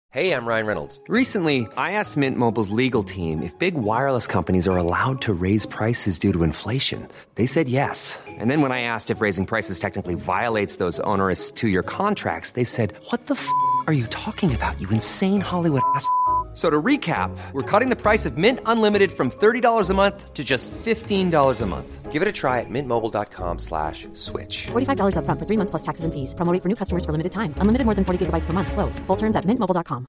Hey, I'm Ryan Reynolds. Recently, I asked Mint Mobile's legal team if big wireless companies are allowed to raise prices due to inflation. They said yes. And then when I asked if raising prices technically violates those onerous two-year contracts, they said, "What the are you talking about, you insane Hollywood ass?" So to recap, we're cutting the price of Mint Unlimited from $30 a month to just $15 a month. Give it a try at mintmobile.com/switch. $45 up front for 3 months plus taxes and fees. Promo rate for new customers for limited time. Unlimited more than 40 gigabytes per month. Slows full terms at mintmobile.com.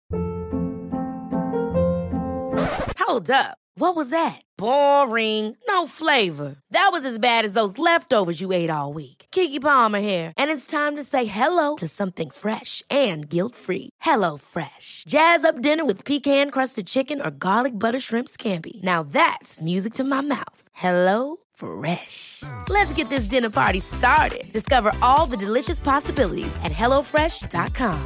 Hold up. What was that? Boring. No flavor. That was as bad as those leftovers you ate all week. Keke Palmer here, and it's time to say hello to something fresh and guilt-free. Hello Fresh. Jazz up dinner with pecan-crusted chicken or garlic butter shrimp scampi. Now that's music to my mouth. Hello Fresh. Let's get this dinner party started. Discover all the delicious possibilities at hellofresh.com.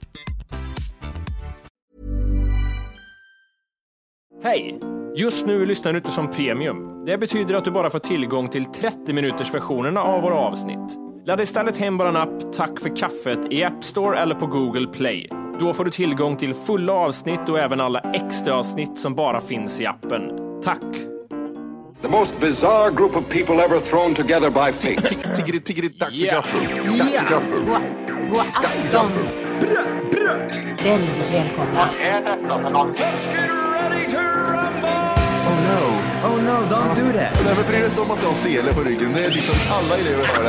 Hej! Just nu lyssnar du inte som premium. Det betyder att du bara får tillgång till 30 minuters versionerna av våra avsnitt. Ladda istället hem vår app Tack för kaffet i App Store eller på Google Play. Då får du tillgång till fulla avsnitt och även alla extra avsnitt som bara finns i appen. Tack! The most bizarre group of people ever thrown together by fate. Tiggeri, tack för gaffel. Tack för gaffel. God afton. Väldigt välkomna. Let's get ready to rumble! Oh no, don't do that. Nej, men bryr dig inte om att du har sele på ryggen. Det är liksom alla elever har det.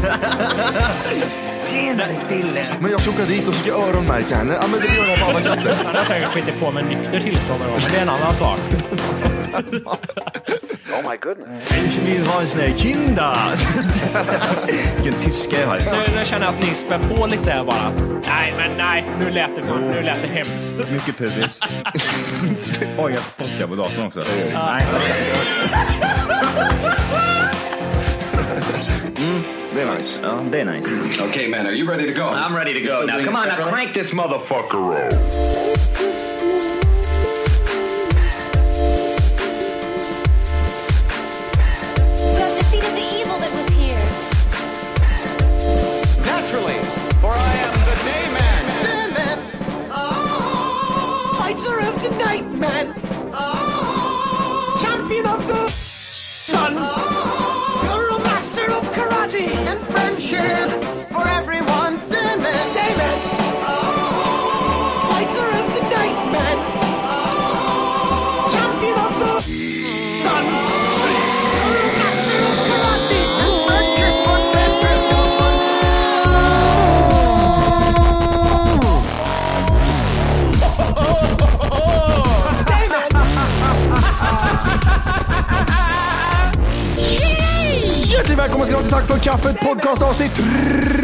Senare Dille. Men jag ska åka dit och ska öronmärka henne. Ja, men det gör jag på alla katter. Han har säkert skitit på med nykter tillstånd men det är en annan sak. Oh my goodness. Ich vill ha en sån här kinda. Vilken tyska jag har. Nu känner jag att ni spär på lite här bara. Nej, nu lät det hemskt. Mycket pubis. Oj, jag spottar på datorn också. Nej. Det är nice. Ja, det är nice. Okay, man, are you ready to go? I'm ready to go. Now, come on, now crank this motherfucker up. Naturally, for I am the Dayman. Dayman. Fighter of the night, man. Champion of the sun. You're a master of karate and friendship for everyone. Dayman. Dayman. Fighter of the night, man. Champion of the sun. You're a master of karate and friendship for everyone. Hjärtligt välkommen ska ni ha till Tack för kaffet podcast avsnitt 300.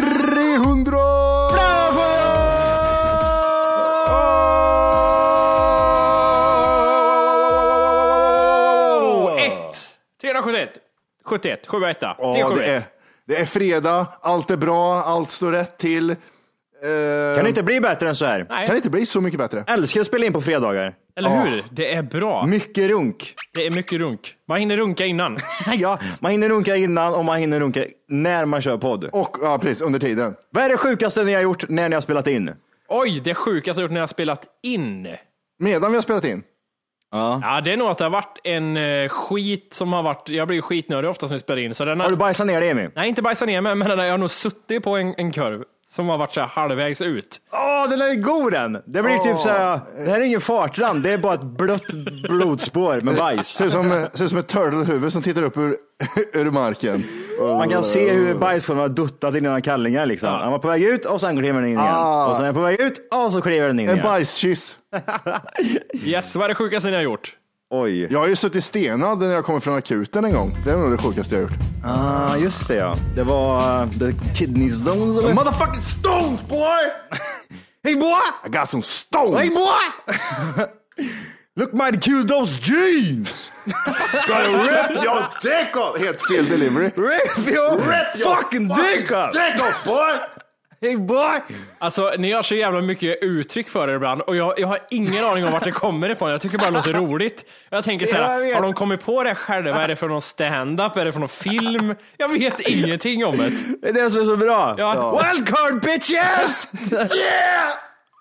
Det är fredag, allt är bra, allt står rätt till. Kan det inte bli bättre än så här? Kan det inte bli så mycket bättre? Älskar att spela in på fredagar. Eller hur? Det är bra. Mycket runk. Det är mycket runk. Man hinner runka innan. Ja, man hinner runka innan och man hinner runka när man kör podd. Och ja, precis, under tiden. Vad är det sjukaste ni har gjort när ni har spelat in? Oj, det sjukaste jag gjort när jag har spelat in. Medan vi har spelat in? Ja, det är nog att det har varit en skit som har varit. Jag blir skitnödig ofta som vi spelar in. Så har du bajsat ner det, Emil? Nej, inte bajsat ner mig, men jag har nog suttit på en kurv som har varit så här halvvägs ut. Den är god den. Det blir typ så här, det här är ingen fartrand, det är bara ett blött blodspår med bajs. Ser ut som ett turtle-huvud som tittar upp ur marken. Man kan se hur bajskorven har duttat i dina kallingar liksom. Han var på väg ut och sen kliver den in igen. Och sen är på väg ut och så kliver den in igen. En bajskyss. Yes, vad är det sjukaste ni har gjort? Oj. Jag har ju suttit stenad när jag kommer från akuten en gång. Det är nog det sjukaste jag har gjort. Just det, ja. Det var the kidney stones eller? Motherfucking stones, boy! Hey boy! I got some stones! Hey boy! Look mighty cute those jeans! Gotta rip your dick off! Helt fel delivery. Rip your fucking dick off! Dick off, boy! Hey boy! Alltså, ni har så jävla mycket uttryck för det ibland. Och jag har ingen aning om vart det kommer ifrån. Jag tycker bara det låter roligt. Jag tänker så här, har de kommit på det själva? Är det för någon stand-up? Är det för någon film? Jag vet ingenting om det. Det är det som är så bra. Ja. Wildcard bitches! Yeah!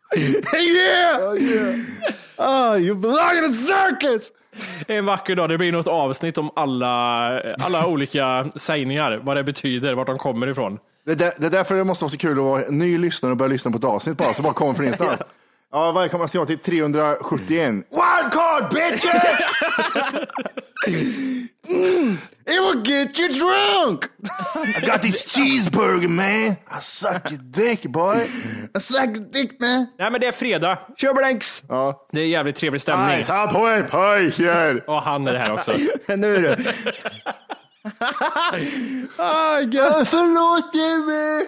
You belong in a circus! En vacker dag, det blir något avsnitt om alla olika sägningar, vad det betyder, vart de kommer ifrån. Det är därför det måste vara så kul att vara ny lyssnare och börja lyssna på ett avsnitt bara, så bara kommer från ingenstans. Ja, varje kommer jag till 371. Wildcard, bitches! It will get you drunk! I got this cheeseburger, man. I suck your dick, boy. I suck your dick, man. Nej, men det är fredag. Kör blanks! Ja. Det är jävligt trevlig stämning. Ta på en pojkar! Och han är det här också. Nu är det. Förlåt mig!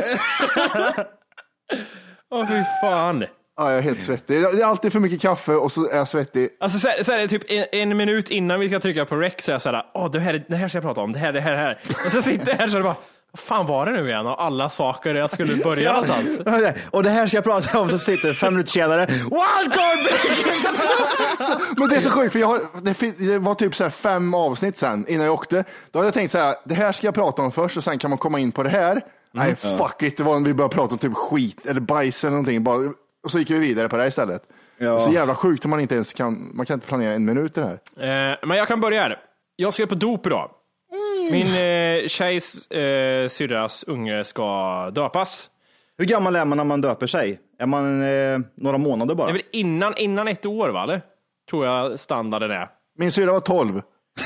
Åh, fy fan. Ja, jag är helt svettig. Det är alltid för mycket kaffe och så är jag svettig. Alltså så är det typ en minut innan vi ska trycka på rec, så är jag såhär, det här ska jag prata om, det här. Och så sitter jag här så är det bara, vad fan var det nu igen? Och alla saker jag skulle börja någonstans. Och det här ska jag prata om, så sitter 5 minuter senare. Wildcard bitches! Men det är så sjukt, för det var typ så här 5 avsnitt sen innan jag åkte. Då hade jag tänkt så här, det här ska jag prata om först och sen kan man komma in på det här. Nej, fuck it, det var när vi började prata om typ skit eller bajs eller någonting. Bara, och så gick vi vidare på det här istället. Ja. Så jävla sjukt om man inte ens man kan inte planera 1 minut i det här. Men jag kan börja här. Jag ska på dop idag. Min tjejs syrras unge ska döpas. Hur gammal är man när man döper sig? Är man några månader bara? Det är väl innan 1 år, va? Eller? Tror jag standarden är. Min syrra var 12.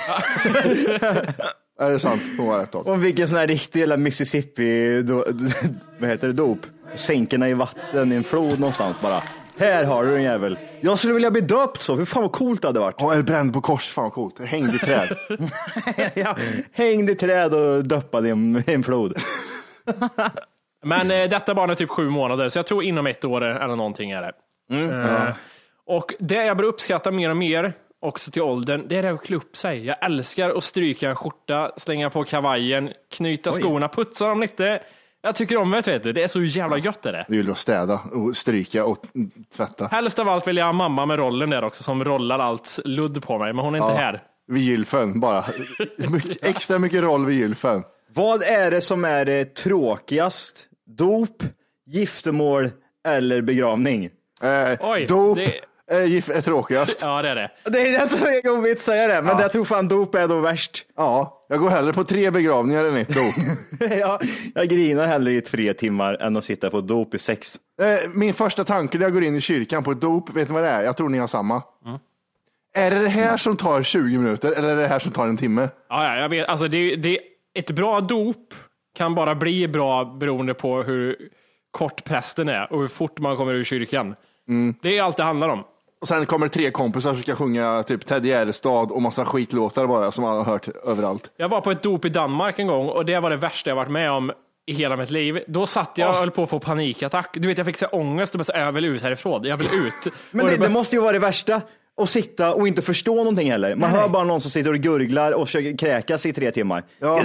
Är det sant? Hon var 12. Och vilken sån här riktig eller Mississippi vad heter det, dop? Sänkerna i vatten i en flod någonstans bara. Här har du en jävel. Jag skulle vilja bli döpt så. Hur fan vad coolt det hade varit. Ja, eller bränd på kors. Fan vad coolt. Hängd i träd. Ja, hängd i träd och döppad i en flod. Men detta barn är typ 7 månader. Så jag tror inom 1 år eller någonting är det. Och det jag börjar uppskatta mer och mer också till åldern, det är det att klä upp sig. Jag älskar att stryka en skjorta, slänga på kavajen, knyta skorna, putsa dem lite. Jag tycker om det, vet du. Det är så jävla gött är det. Du vill städa och stryka och tvätta. Helst av allt vill jag ha mamma med rollen där också, som rollar allt ludd på mig, men hon är inte här. Vid gylfen bara. Extra mycket roll vid gylfen. Vad är det som är tråkigast? Dop, giftermål eller begravning? Dop är tråkigast. Ja, det är det. Det är det som är jobbigt att säga det, men jag tror fan dop är då värst. Ja, jag går hellre på 3 begravningar än 1 dop. Jag grinar hellre i 3 timmar än att sitta på dop i 6. Min första tanke när jag går in i kyrkan på ett dop, vet ni vad det är? Jag tror ni har samma. Är det här som tar 20 minuter eller är det här som tar 1 timme? Ja, jag vet. Alltså, ett bra dop kan bara bli bra beroende på hur kort prästen är och hur fort man kommer ur kyrkan. Det är allt det handlar om. Och sen kommer 3 kompisar som ska sjunga typ Ted Gärdestad och massa skitlåtar bara som man har hört överallt. Jag var på ett dop i Danmark en gång och det var det värsta jag varit med om i hela mitt liv. Då satt jag och höll på att få panikattack. Du vet, jag fick så ångest och bara så, jag vill ut härifrån. Jag vill ut. Men det måste ju vara det värsta. Att sitta och inte förstå någonting heller. Man hör bara någon som sitter och gurglar och försöker kräkas i 3 timmar. Ja.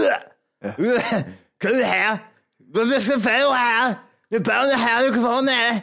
Kom här. Vad ska få här? Nu börjar här och kvar ner.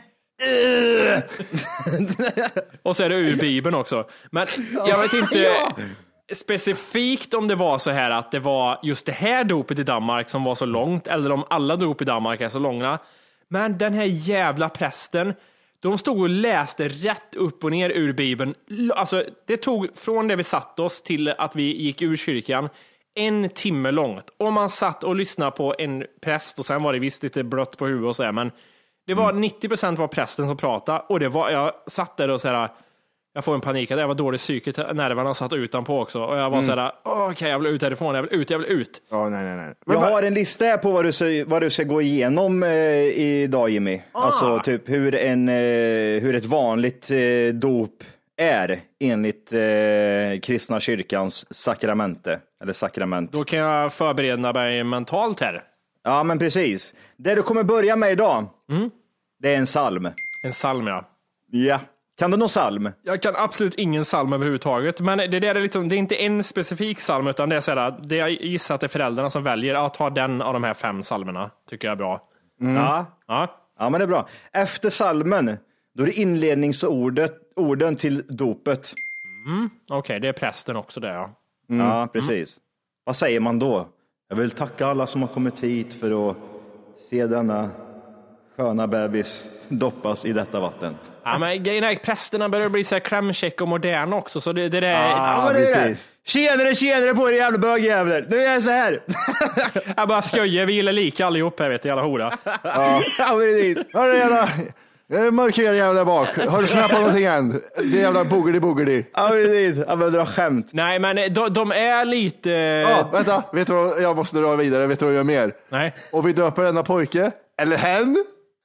Och så är det ur Bibeln också. Men jag vet inte specifikt om det var så här att det var just det här dopet i Danmark som var så långt, eller om alla dop i Danmark är så långa. Men den här jävla prästen, de stod och läste rätt upp och ner ur Bibeln. Alltså det tog från det vi satt oss till att vi gick ur kyrkan 1 timme långt. Och man satt och lyssnade på en präst och sen var det visst lite blött på huvudet och så här, men det var 90% var prästen som pratade och det var, jag satt där och så här, jag får en panik, det var dåligt psyket, nerverna satt utanpå också och jag var så här, okej, jag vill ut härifrån, jag vill ut. Ja, nej. Jag har en lista här på vad du ska gå igenom idag, Jimmy. Alltså typ hur ett vanligt dop är enligt kristna kyrkans sakramente eller sakrament. Då kan jag förbereda mig mentalt här. Ja, men precis. Det du kommer börja med idag, det är en psalm. En psalm, ja. Ja. Kan du någon psalm? Jag kan absolut ingen psalm överhuvudtaget. Men det är liksom, det är inte en specifik psalm, utan det är så här, det jag gissar att det är föräldrarna som väljer att ta den av de här 5 psalmerna. Tycker jag är bra. Ja, men det är bra. Efter psalmen, då är det inledningsorden till dopet. Okej, det är prästen också det, ja. Ja, precis. Vad säger man då? Jag vill tacka alla som har kommit hit för att se denna Sköna bebis doppas i detta vatten. Ja, men grejen är att prästerna börjar bli så här klämkäck och moderna också, så det är... Ja, det är det. Tjenare på er jävla bögjävlar. Nu är jag så här. Jag bara skojar, vi gillar lika allihop här, vet du, jävla hora. Ja, precis. Hör du jävla mörker jävla där bak. Har du snappat någonting än? Det är jävla boogedy. Ja, precis. Jag behöver dra skämt. Nej, men de är lite... Ja, vänta. Vet du vad? Jag måste dra vidare. Vet du vad jag gör mer? Nej. Och vi döper denna pojke, eller hen.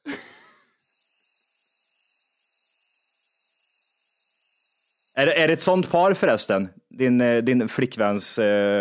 Är det ett sånt par förresten? Din flickväns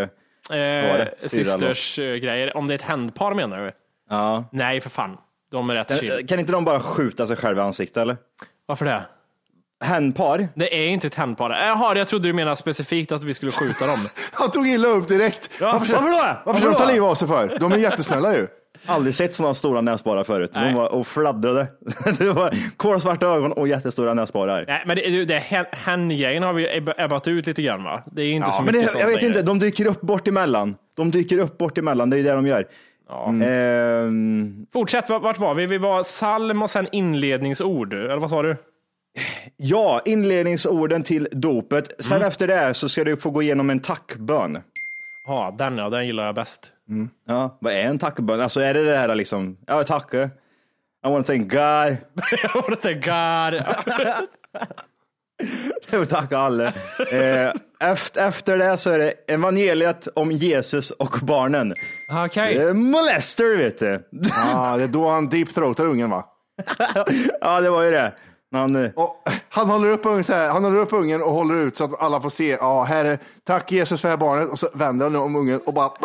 systers grejer. Om det är ett händpar menar du? Ja. Nej, för fan. De är rätt chill. Kan inte de bara skjuta sig själva i ansiktet, eller? Varför det? Händpar? Det är inte ett händpar. Jag trodde du menade specifikt att vi skulle skjuta dem. Han tog illa upp direkt. Ja, varför ska de ta liv av sig för? De är jättesnälla ju. Aldrig sett sådana stora näsborrar förut. De var och fladdrade. Det var kolsvarta ögon och jättestora näsborrar. Nej, men hen-grejen har vi ebbat ut lite grann, va? Det är inte så men mycket jag vet inte, de dyker upp bort emellan. Det är ju det de gör. Ja. Fortsätt, vart var vi? Vi var psalm och sen inledningsord. Eller vad sa du? Ja, inledningsorden till dopet. Sen efter det så ska du få gå igenom en tackbön. Ja, den gillar jag bäst. Ja, vad är en tackbön? Alltså är det här liksom, ja, tack. I want to thank God. I want to thank God. Jag vill tacka alla. Efter det så är det evangeliet om Jesus och barnen. Okej. Molester, vet du. Ja, det är då han deep-throatar ungen, va? Ja, det var ju det. Han håller upp ungen så här, han håller upp ungen och håller ut så att alla får se. Ja, här är tack Jesus för det här barnet. Och så vänder han om ungen och bara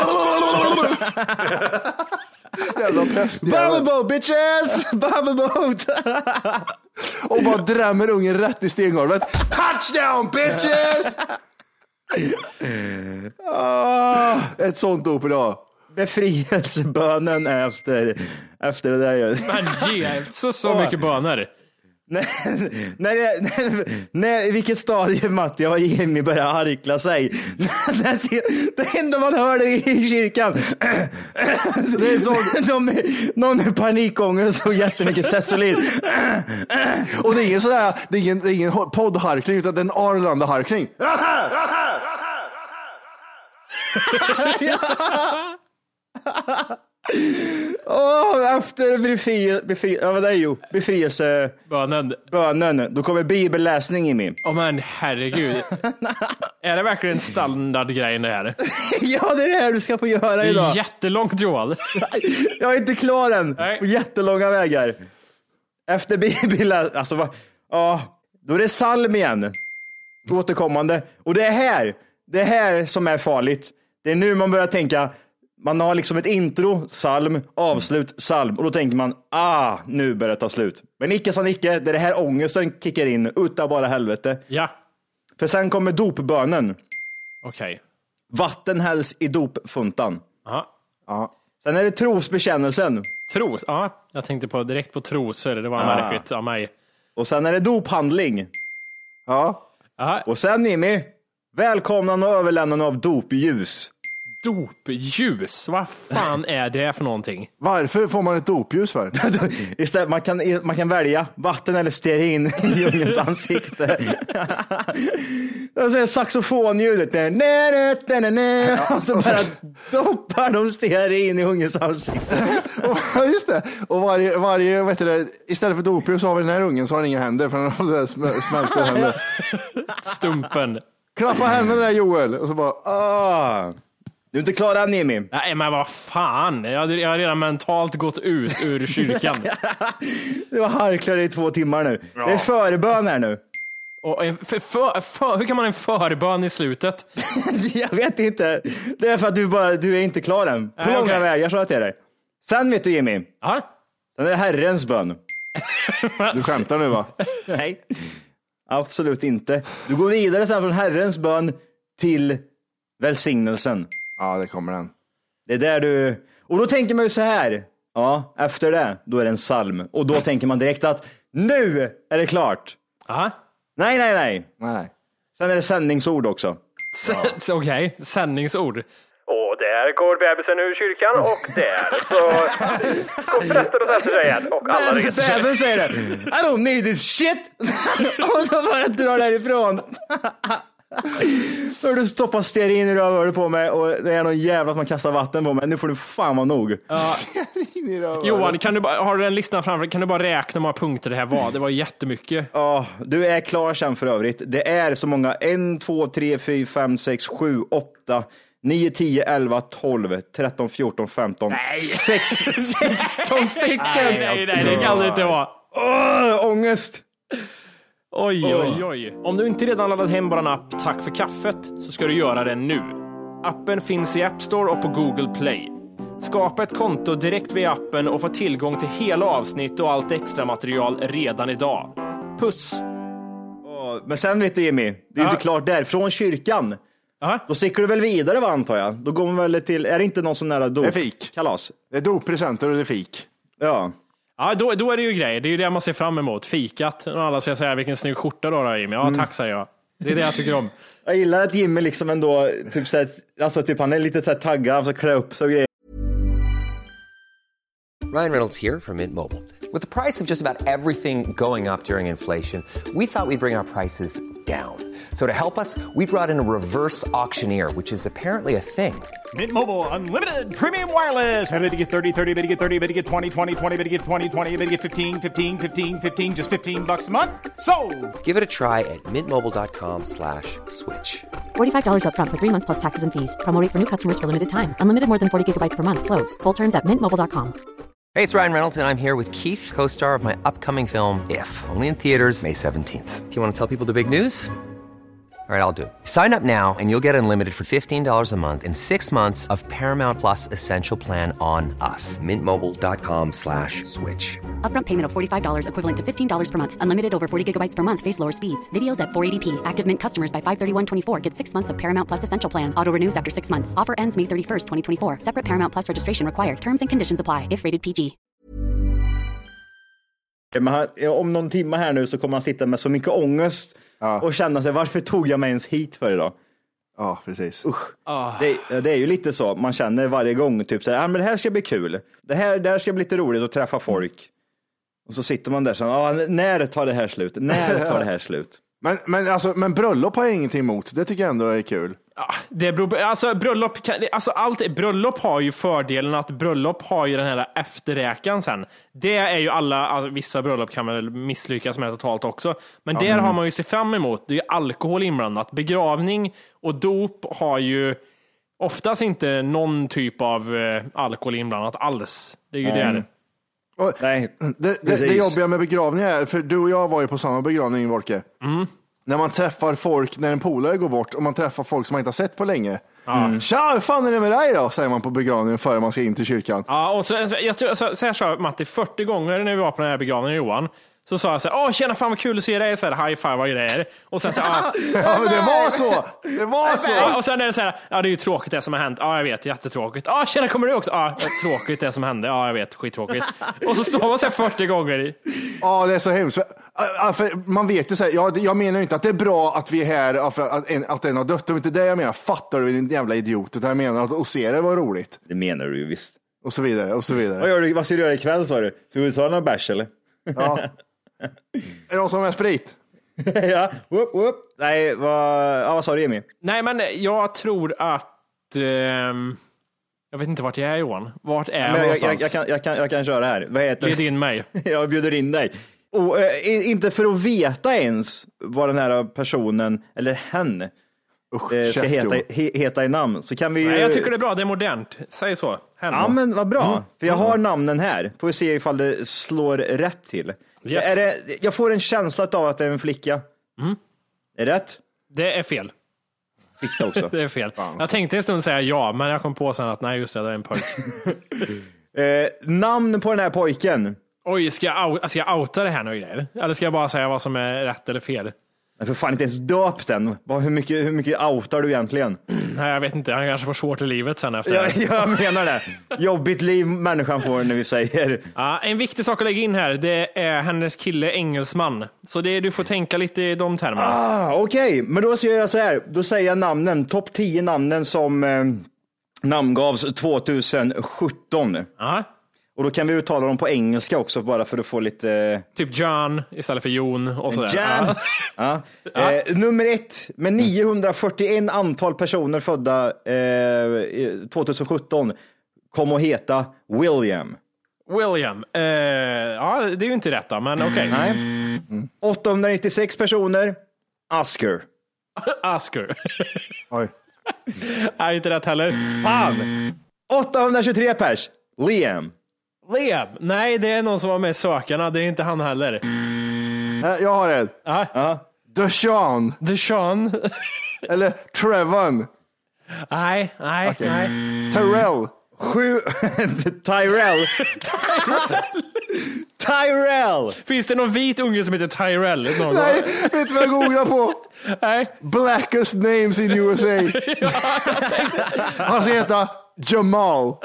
jävla präst. Bubble boat, bitches! Bubble boat! Och bara drämmer ungen rätt i stengolvet. Touchdown, bitches! Ett sånt dop idag. Befrielsebönen efter det där. Men ge så mycket böner. Nej, vilket stadie Matti och Jimmy börjar harkla sig. Det enda man hör i kyrkan. Det är så, någon är panikångest och jättemycket Cecilin. Och det är ingen sådär, det är ingen poddharkling utan det är en Arlanda-harkling. Efter befrielsebönen, då kommer bibelläsning i mig. Men herregud. Är det verkligen standardgrejen det här? Ja, det är det här du ska få göra idag. Det är jättelångt, Joel. Jag är inte klar än. På jättelånga vägar. Efter bibelläsning, alltså då är det psalm igen. Återkommande. Och det är här som är farligt. Det är nu man börjar tänka. Man har liksom ett intro, psalm, avslut, psalm. Och då tänker man, nu börjar det ta slut. Men icke sa icke, det är det här ångesten kickar in. Utta bara helvete. Ja. För sen kommer dopbönen. Okej. Vatten hälls i dopfuntan. Ja. Sen är det trosbekännelsen. Jag tänkte direkt på trosor. Det var märkligt av mig. Och sen är det dophandling. Ja. Och sen Jimmy, välkomnande och överlämnande av dopljus. Dopljus? Vad fan är det för någonting? Varför får man ett dopljus för? Istället, man kan välja vatten eller stearin i ungens ansikte. Och så är saxofonljudet. Och så bara doppar de stearin i ungens ansikte. Just det. Och varje vet du, istället för dopljus så har vi den här ungen så har den inga händer för den har smälta händer. Stumpen. Klappa händerna där Joel. Och så bara Du är inte klar än, Jimmy. Nej, men vad fan. Jag har redan mentalt gått ut ur kyrkan. Du har harklat i 2 timmar nu. Ja. Det är förbön här nu. Och hur kan man en förbön i slutet? Jag vet inte. Det är för att du är inte klar än. På långa vägar så jag till dig. Sen vet du, Jimmy. Sen är det Herrens bön. Du skämtar nu, va? Nej, absolut inte. Du går vidare sen från Herrens bön till välsignelsen. Ja, det kommer den. Det är där du... Och då tänker man ju så här. Ja, efter det, då är det en psalm. Och då tänker man direkt att nu är det klart. Nej. Nej. Sen är det sändningsord också. Okej, sändningsord. Det Där går bebisen ur kyrkan och där så går prästen och sätter sig igen och alla reser sig. Bebisen säger det. I don't need this shit. Och så bara drar därifrån. Hör du stoppa stearin i rövhålet på mig och det är någon jävla att man kastar vatten på mig. Nu får du fan vara nog. Johan, har du den listan framför? Kan du bara räkna hur många punkter det här var? Det var jättemycket. Ja, du är klar sen för övrigt. Det är så många 1, 2, 3, 4, 5, 6, 7, 8, 9, 10, 11, 12, 13, 14, 15, 16 stycken. Nej, det kan det inte vara. Ångest. Oj. Om du inte redan laddat hem vår app Tack för kaffet så ska du göra det nu. Appen finns i App Store och på Google Play. Skapa ett konto direkt via appen och få tillgång till hela avsnitt och allt extra material redan idag. Puss! Men sen vet du Jimmy, det är ju inte klart där. Från kyrkan. Då sticker du väl vidare, va, antar jag? Då går man väl till, är det inte någon sån nära dop? Det är fik. Kalas. Det är doppresenter och det är fik. Ja. Ja, då är det ju grejer. Det är ju det man ser fram emot. Fikat. Och alla ska säga vilken snygg skjorta då, Jimmy. Ja, tack säger jag. Det är det jag tycker om. Jag gillar att Jimmy liksom ändå typ så här, alltså typ han är lite så här taggad, han ska klä upp sig och grejer. Ryan Reynolds here from Mint Mobile. With the price of just about everything going up during inflation, we thought we'd bring our prices down. So to help us, we brought in a reverse auctioneer, which is apparently a thing. Mint Mobile Unlimited Premium Wireless. How to get 30, 30, bit to get 30, bit to get 20, 20, 20, bit to get 20, 20, bit to get 15, 15, 15, 15, just $15 a month? Sold! Give it a try at mintmobile.com/switch. $45 up front for 3 months plus taxes and fees. Promo rate for new customers for limited time. Unlimited more than 40 gigabytes per month. Slows full terms at mintmobile.com. Hey, it's Ryan Reynolds, and I'm here with Keith, co-star of my upcoming film, If, only in theaters May 17th. Do you want to tell people the big news? All right, I'll do it. Sign up now and you'll get unlimited for $15 a month and 6 months of Paramount Plus Essential Plan on us. Mintmobile.com/switch. Upfront payment of $45 equivalent to $15 per month. Unlimited over 40 gigabytes per month. Face lower speeds. Videos at 480p. Active Mint customers by 531.24 get 6 months of Paramount Plus Essential Plan. Auto renews after 6 months. Offer ends May 31st, 2024. Separate Paramount Plus registration required. Terms and conditions apply if rated PG. Men om någon timme här nu så kommer han sitta med så mycket ångest och känna sig, varför tog jag mig ens hit för idag? Ja, precis. Usch. Det är ju lite så, man känner varje gång typ så här, men det här ska bli kul. Det här ska bli lite roligt att träffa folk. Och så sitter man där så här, när tar det här slut? När tar det här slut? Men bröllop har jag ingenting emot. Det tycker jag ändå är kul. Ja, det beror, alltså bröllop har ju fördelen att bröllop har ju den här efterräkan sen. Det är ju vissa bröllop kan väl misslyckas med totalt också. Men där har man ju sig fram emot. Det är ju alkohol inblandat. Begravning och dop har ju oftast inte någon typ av alkohol inblandat alls. Det är ju det. Nej, det jobbiga med begravning är, för du och jag var ju på samma begravning, Volke. När man träffar folk, när en polare går bort och man träffar folk som man inte har sett på länge. Tja, hur fan är det med dig då? Säger man på begravningen före man ska in till kyrkan. Ja, och så jag sa Matti 40 gånger när vi var på den här begravningen, Johan. Så sa jag så här, tjena, fan vad kul att se dig, så här, high five och grejer. Och sen så här, ja, men det var så. Och sen är det så här, det är ju tråkigt det som har hänt. Ja, jag vet, jättetråkigt. Tjena, kommer du också? Tråkigt det som hände. Ja, jag vet, skittråkigt. Och så står man så här 40 gånger. Ja, det är så hemskt. För man vet ju så här, jag menar ju inte att det är bra att vi är här för att en har dött. Det är inte det jag menar. Fattar du, din jävla idiot? Jag menar att se det var roligt. Det menar du ju visst. Och så vidare, och så vidare. Vad ska du göra ikväll, sa du? Ska du ta några bärs eller? Ja. Är det någon som har sprit? Ja, whoop. Nej, vad sa du, Jimmy? Nej, men jag tror att jag vet inte vart jag är, Johan. Vart är jag någonstans? Jag kan köra här. Vad heter Bjud in mig. Jag bjuder in dig. Och inte för att veta ens vad den här personen eller hen ska heta i namn, så kan vi ju... Nej, jag tycker det är bra, det är modernt. Säg så. Ja, men vad bra. För jag har namnen här. Får vi se ifall det slår rätt till. Yes. Jag får en känsla av att det är en flicka. Är det rätt? Det är fel. Fitta också. Det är fel. Jag tänkte en stund säga ja, men jag kom på sen att nej, just det är en pojk. Namn på den här pojken. Oj, ska jag outa det här nu grejer? Eller ska jag bara säga vad som är rätt eller fel? Jag får fan inte ens döpt den. Hur mycket outar du egentligen? Nej, jag vet inte. Han kanske får svårt i livet sen efter det. Jag menar det. Jobbigt liv människan får när vi säger. Ja, en viktig sak att lägga in här, det är hennes kille engelsman. Så du får tänka lite i de termerna. Okej. Men då ska jag göra så här. Då säger jag namnen. Topp 10 namnen som namngavs 2017. Ja. Och då kan vi uttala dem på engelska också bara för att få lite... Typ John istället för Jon och sådär. John. Ja. Nummer 1 med 941 antal personer födda 2017 kom att heta William. William. Ja, det är ju inte rätt då, men okej. Nej. 896 personer. Oscar. Oscar. Oj. Nej, inte rätt heller. Fan. 823 pers. Liam. Liam. Nej, det är någon som var med i Sökarna. Det är inte han heller. Jag har en. Ja. Deshaun. Deshaun. Eller Trevon. Nej. Okay. Nej. Tyrell. Tyrell. Finns det någon vit unge som heter Tyrell? Nej, vet du vad jag googlar på? Nej. Blackest names in USA. Han ska heta Jamal.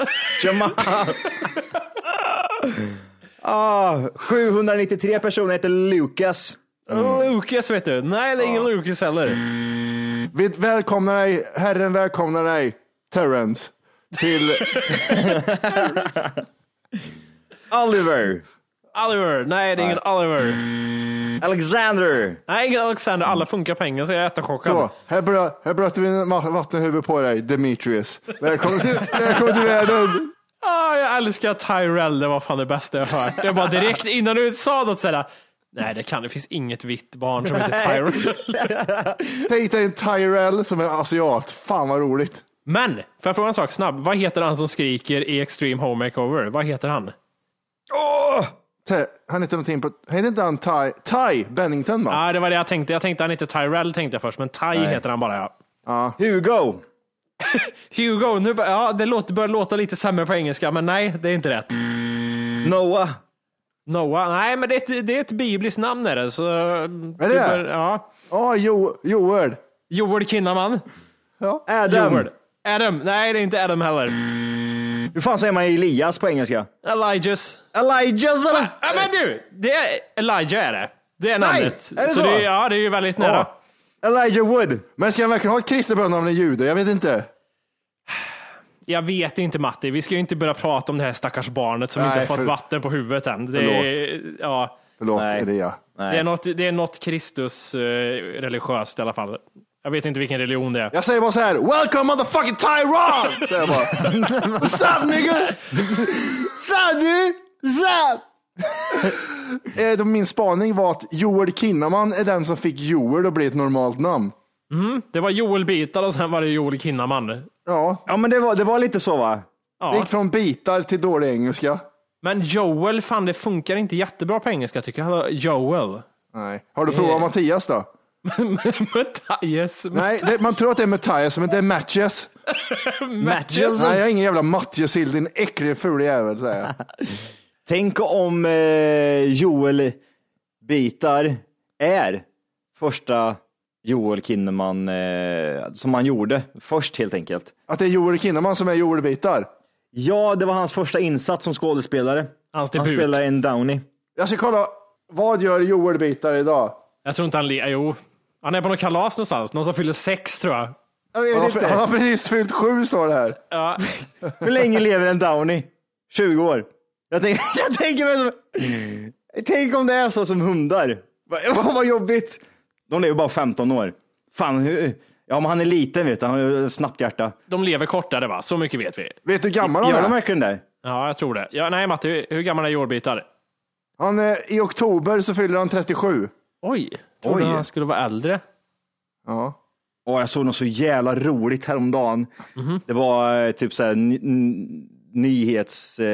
793 personer heter Lucas. Lucas vet du. Nej, det är ingen Lucas heller. Herren välkomnar dig, Terrence, till Oliver. Nej, det är ingen Oliver. Alexander. Nej, ingen Alexander. Alla funkar på engelska. Jag är jättechockad. Så, här bröt vi en vattenhuvud på dig, Demetrius. Välkommen till världen. Jag älskar Tyrell. Det var fan det bästa jag hört. Jag bara direkt innan du sa något sådär. Nej, det finns inget vitt barn som heter Tyrell. Tänk dig en Tyrell som är asiat. Fan vad roligt. Men, får jag fråga en sak snabb? Vad heter han som skriker i Extreme Home Makeover? Vad heter han? Han heter någonting på... Heter inte han Ty Bennington, va? Ja, det var det jag tänkte. Jag tänkte han heter Tyrell tänkte jag först. Men Ty heter han bara, ja. Hugo. Hugo. Nu, det börjar låta lite sämre på engelska. Men nej, det är inte rätt. Noah. Nej, men det är ett bibliskt namn är det. Så är det? Joel Kinnaman. Ja. Adam. Nej, det är inte Adam heller. Hur fan säger man Elias på engelska? Elijahs. Eller? Men du, det är Elijah är det. Det är namnet. Är det så? Det är ju väldigt nära. Elijah Wood. Men ska han verkligen ha ett kristet namn än jude? Jag vet inte. Jag vet inte, Matti. Vi ska ju inte börja prata om det här stackars barnet som inte har fått vatten på huvudet än. Förlåt, Elia. Det är något Kristus religiöst i alla fall. Jag vet inte vilken religion det är. Jag säger bara så här: welcome motherfucking Tyrone! Säger jag bara. What's up, nigga? Min spaning var att Joel Kinnaman är den som fick Joel att bli ett normalt namn. Det var Joel Bitar och sen var det Joel Kinnaman. Ja, men det var lite så, va? Det gick från bitar till dålig engelska. Men Joel, fan det funkar inte jättebra på engelska tycker jag. Joel. Nej. Har du provat Mattias då? Mattias? Nej, man tror att det är Mattias, men det är Matches. Matches? Nej, jag är ingen jävla Mattias-sill, din äcklig ful jävel, säger jag. Tänk om Joel Bitar är första Joel Kinnaman som han gjorde först helt enkelt. Att det är Joel Kinnaman som är Joel Bitar? Ja, det var hans första insats som skådespelare. Han spelar en Downey. Jag ska kolla, vad gör Joel Bitar idag? Jag tror inte han är på något kalas någonstans. Någon som fyller 6 tror jag. Han har precis fyllt 7 står det här. Ja. Hur länge lever en Downey? 20 år. Jag tänker tänk om det är så som hundar. Vad jobbigt. De lever bara 15 år. Fan, men han är liten, vet du. Han har snabbt hjärta. De lever kortare, va? Så mycket vet vi. Vet du hur gammal han är? Gör de verkligen det? Ja, jag tror det. Nej, Matti, hur gammal är Joel Bitar? I oktober så fyller han 37. Oj, trodde han skulle vara äldre. Ja. Jag såg något så jävla roligt häromdagen. Det var typ så här nyhets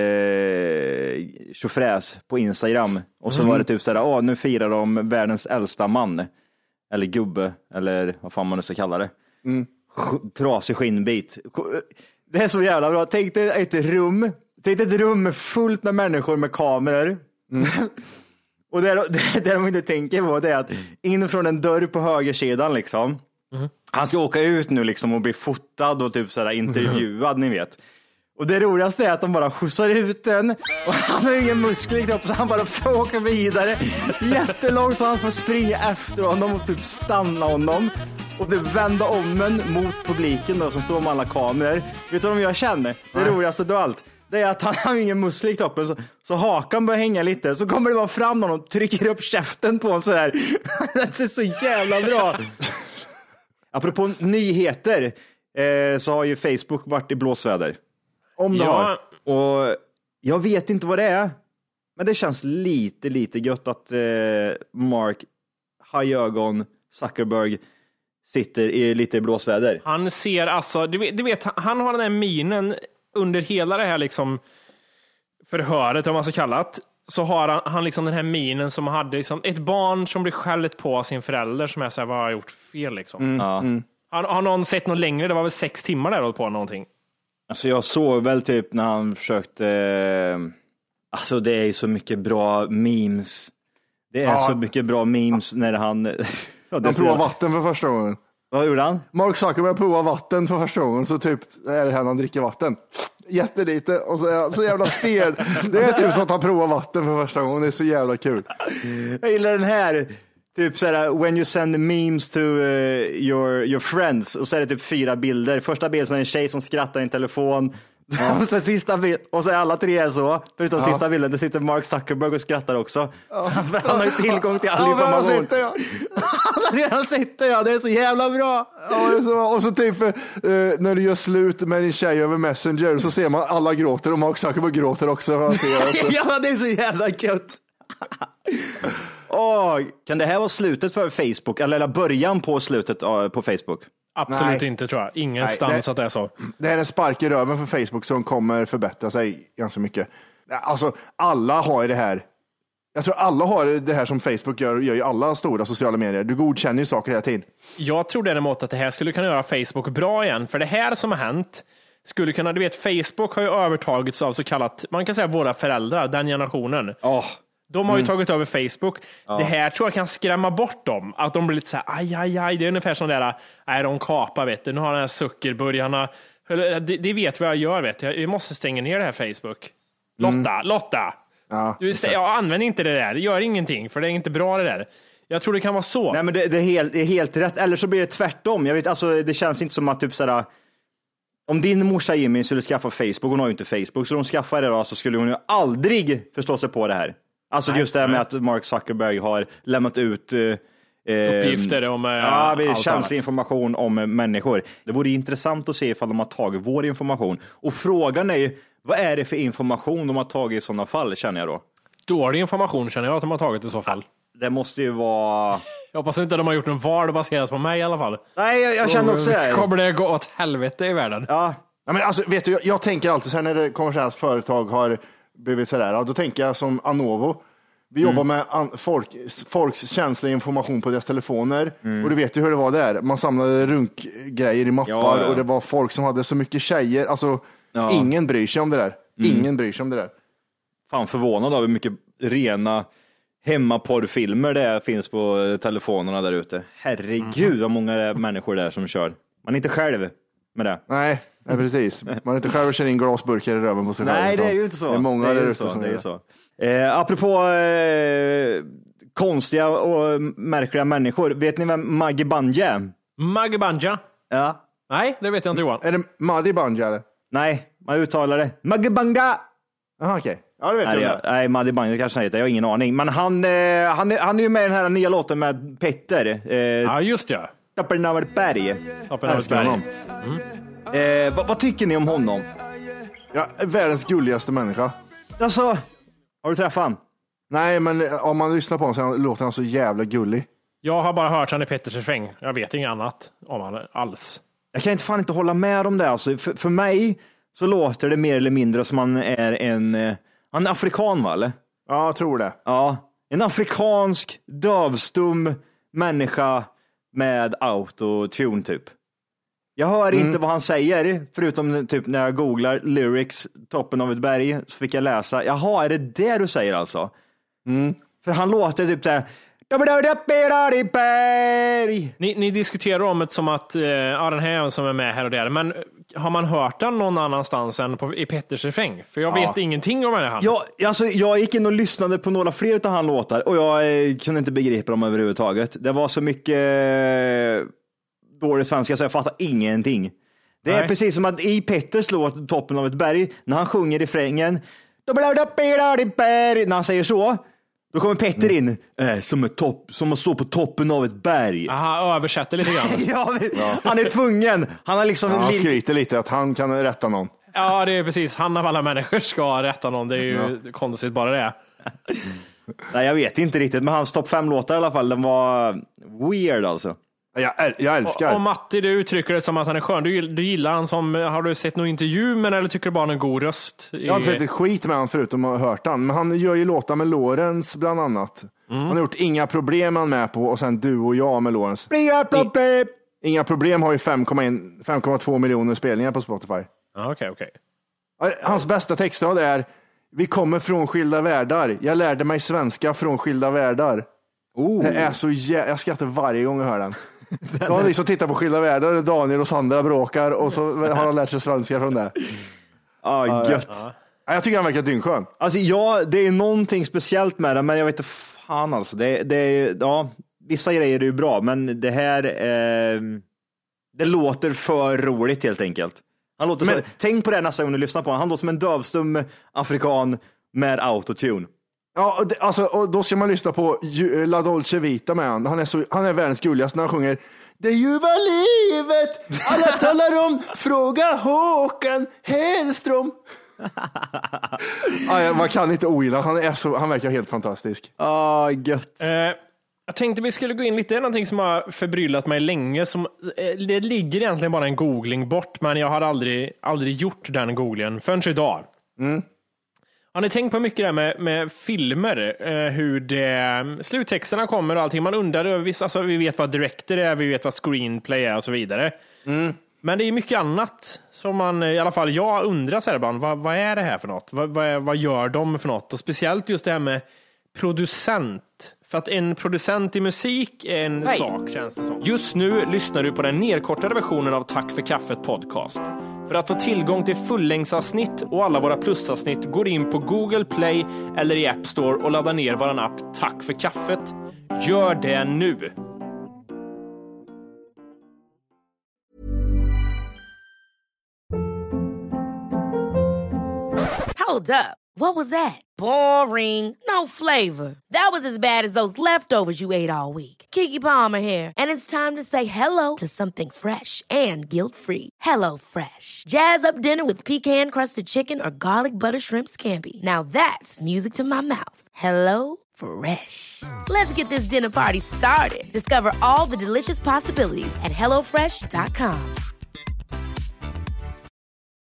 tjofräs på Instagram. Och så var det typ så här, nu firar de världens äldsta man. Eller gubbe, eller vad fan man nu ska kalla det. Trasig skinnbit. Det är så jävla bra. Tänk dig ett rum fullt med människor med kameror. Och det de inte tänker på, det är att in från en dörr på högersidan liksom. Han ska åka ut nu liksom och bli fotad och typ sådär intervjuad, ni vet. Och det roligaste är att de bara skjutsar ut den och han har ingen muskler i kroppen så han bara får åka vidare jättelångt så han får springa efter honom och typ stanna honom. och det vända om en mot publiken då, som står med alla kameror. Vet du vad jag känner? Det roligaste av allt, det är att han har ingen muskel i toppen, så hakan börjar hänga lite, så kommer det bara fram någon och trycker upp käften på honom så här. Det är så jävla bra. Apropå nyheter, så har ju Facebook varit i blåsväder. Om det har. Och jag vet inte vad det är, men det känns lite gött att Mark Hajögon Zuckerberg sitter i lite blåsväder. Han ser alltså, du vet, han har den här minen under hela det här liksom förhöret, om man ska kalla det, så har han liksom den här minen som hade liksom ett barn som blir skällt på sin förälder, som är så här, vad har jag gjort fel liksom. Har någon sett något längre? Det var väl 6 timmar där på någonting. Alltså jag såg väl typ när han försökte, alltså det är så mycket bra memes. Det är så mycket bra memes när han han provar vatten för första gången. Vad gjorde han? Mark Zuckerberg provar vatten för första gången, så typ är det här när han dricker vatten. Jättelite och så jävla stel. Det är typ så att han provar vatten för första gången. Det är så jävla kul. Jag gillar den här. Typ såhär, when you send memes to your friends. Och så är det typ 4 bilder. Första bilden är en tjej som skrattar i en telefon. Och så sista bild, och så är alla 3 är så. Förutom sista bilden, det sitter Mark Zuckerberg och skrattar också. För han har ju tillgång till all information. Han har redan sett det, det är så jävla bra. Och så typ när du gör slut med din tjej över Messenger, så ser man alla gråter och Mark Zuckerberg gråter också. Ja, det är så jävla gött. Kan det här vara slutet för Facebook, eller början på slutet på Facebook? Absolut inte, tror jag. Ingenstans att det är så. Det här är en spark i röven för Facebook som kommer förbättra sig ganska mycket. Alltså, alla har ju det här. Jag tror alla har det här som Facebook gör ju alla stora sociala medier. Du godkänner ju saker hela tiden. Jag tror däremot att det här skulle kunna göra Facebook bra igen. För det här som har hänt skulle kunna, du vet, Facebook har ju övertagits av så kallat, man kan säga våra föräldrar, den generationen. De har ju tagit över Facebook. Det här tror jag kan skrämma bort dem. Att de blir lite så här, aj. Det är ungefär som där, de kapar, vet du. Nu har den här Zuckerburgarna. Det vet vad jag gör, vet du. Jag måste stänga ner det här Facebook. Lotta. Jag använder inte det där. Det gör ingenting, för det är inte bra det där. Jag tror det kan vara så. Nej, men det är helt rätt. Eller så blir det tvärtom. Jag vet, alltså, det känns inte som att typ sådär, om din morsa Jimmy skulle skaffa Facebook, hon har ju inte Facebook, så de skaffar det då, så skulle hon ju aldrig förstå sig på det här. Alltså just det här med att Mark Zuckerberg har lämnat ut uppgifter om känslig information om människor. Det vore intressant att se ifall de har tagit vår information. Och frågan är ju, vad är det för information de har tagit i sådana fall, känner jag då? Dålig information känner jag att de har tagit i så fall. Det måste ju vara... Jag hoppas inte att de har gjort en val baserat på mig i alla fall. Nej, jag känner också det. Kommer det gå åt helvete i världen? Ja, men alltså, vet du, jag tänker alltid så här när det kommersiellt företag har blivit sådär, då tänker jag som Anovo. Vi jobbar med folks känsliga information på deras telefoner. Och du vet ju hur det var där. Man samlade runkgrejer i mappar och det var folk som hade så mycket tjejer. Alltså, ingen bryr sig om det där. Ingen bryr sig om det där. Fan, förvånad av hur mycket rena hemmaporrfilmer det finns på telefonerna där ute. Herregud, vad många människor där som kör. Man är inte själv med det. Nej, precis. Man är inte själv och kör in glasburkar i röven på sig själv. Nej, det är ju inte så. Det är många där ute som det är så. Apropå konstiga och märkliga människor. Vet ni vem Maggie Banja är? Maggie Banja? Ja. Nej, det vet jag inte, Johan. Är det Madi Banja eller? Nej, man uttalar det Maggie Banja. Jaha, okej. Ja, det vet jag. Nej, Madi Banja kanske heter. Jag har ingen aning. Men han är ju med i den här nya låten med Petter. Ja, just det. Toppenauerberg. Vad tycker ni om honom? Ja, världens gulligaste människa. Alltså, har du träffat han? Nej, men om man lyssnar på honom så låter han så jävla gullig. Jag har bara hört han i Petters refräng. Jag vet inget annat om han alls. Jag kan inte hålla med om det. Alltså, för mig så låter det mer eller mindre som han är en afrikan, va, eller? Ja, jag tror det. Ja, en afrikansk dövstum människa med autotune typ. Jag hör inte vad han säger, förutom typ när jag googlar lyrics, toppen av ett berg, så fick jag läsa. Jaha, är det du säger alltså? För han låter typ där. Ni diskuterar om det som att den här som är med här och där, men har man hört den någon annanstans än i Petters refräng? För jag vet ingenting om det här. Jag gick in och lyssnade på några fler av han låtar och jag kunde inte begripa dem överhuvudtaget. Det var så mycket dålig svenska så jag fattar ingenting. Det är precis som att i Petters låt Toppen av ett berg, när han sjunger refrängen, när han säger så, då kommer Petter in som att stå på toppen av ett berg. Aha, översätter lite grann. Han är tvungen. Han har liksom han skryter lite att han kan rätta någon. Ja, det är precis. Han av alla människor ska rätta någon. Det är ju konstigt bara det. Nej, jag vet inte riktigt, men hans topp 5-låtar i alla fall, den var weird alltså. Jag älskar. Och Matti, du uttrycker det som att han är skön. Du gillar han som, har du sett någon intervju med, eller tycker du bara han är en god röst? Jag har inte sett ett skit med han förutom att ha hört han. Men han gör ju låtar med Lawrence bland annat. Han har gjort Inga problem han med på, och sen Du och jag med Lawrence. Inga problem har ju 5,2 miljoner spelningar på Spotify. Okej. Hans bästa textrad är: vi kommer från skilda världar. Jag lärde mig svenska från skilda världar. Det är så jag skrattar varje gång jag hör den. Då har ni som tittar på Skilda världar, Daniel och Sandra bråkar, och så har han lärt sig svenska från det. Gött. Jag tycker han verkar dyngskön. Alltså det är någonting speciellt med det, men jag vet inte fan alltså. Vissa grejer är ju bra, men det här det låter för roligt helt enkelt. Han låter tänk på det nästa gång du lyssnar på honom. Han låter som en dövstum afrikan med autotune. Ja, och då ska man lyssna på La Dolce Vita med han. Han är världens gulligaste när han sjunger: det ljuva livet, alla talar om, fråga Håkan Hellström. Man kan inte ogilla, han verkar helt fantastisk. Gött. Jag tänkte vi skulle gå in lite, någonting som har förbryllat mig länge. Det ligger egentligen bara en googling bort, men jag har aldrig gjort den googlingen förrän idag. Har ni tänkt på mycket där med filmer, hur sluttexterna kommer och allting? Man undrar över alltså, vi vet vad director är, vi vet vad screenplay är och så vidare. Men det är mycket annat som man, i alla fall jag undrar så här ibland, vad är det här för något? Vad gör de för något? Och speciellt just det här med producent. För att en producent i musik är en sak, känns det som. Just nu lyssnar du på den nedkortade versionen av Tack för kaffet podcast. För att få tillgång till fullängdsavsnitt och alla våra plusavsnitt går in på Google Play eller i App Store och laddar ner våran app Tack för kaffet. Gör det nu! Hold up. What was that? Boring. No flavor. That was as bad as those leftovers you ate all week. Keke Palmer here, and it's time to say hello to something fresh and guilt-free. Hello Fresh. Jazz up dinner with pecan-crusted chicken or garlic butter shrimp scampi. Now that's music to my mouth. Hello Fresh. Let's get this dinner party started. Discover all the delicious possibilities at hellofresh.com.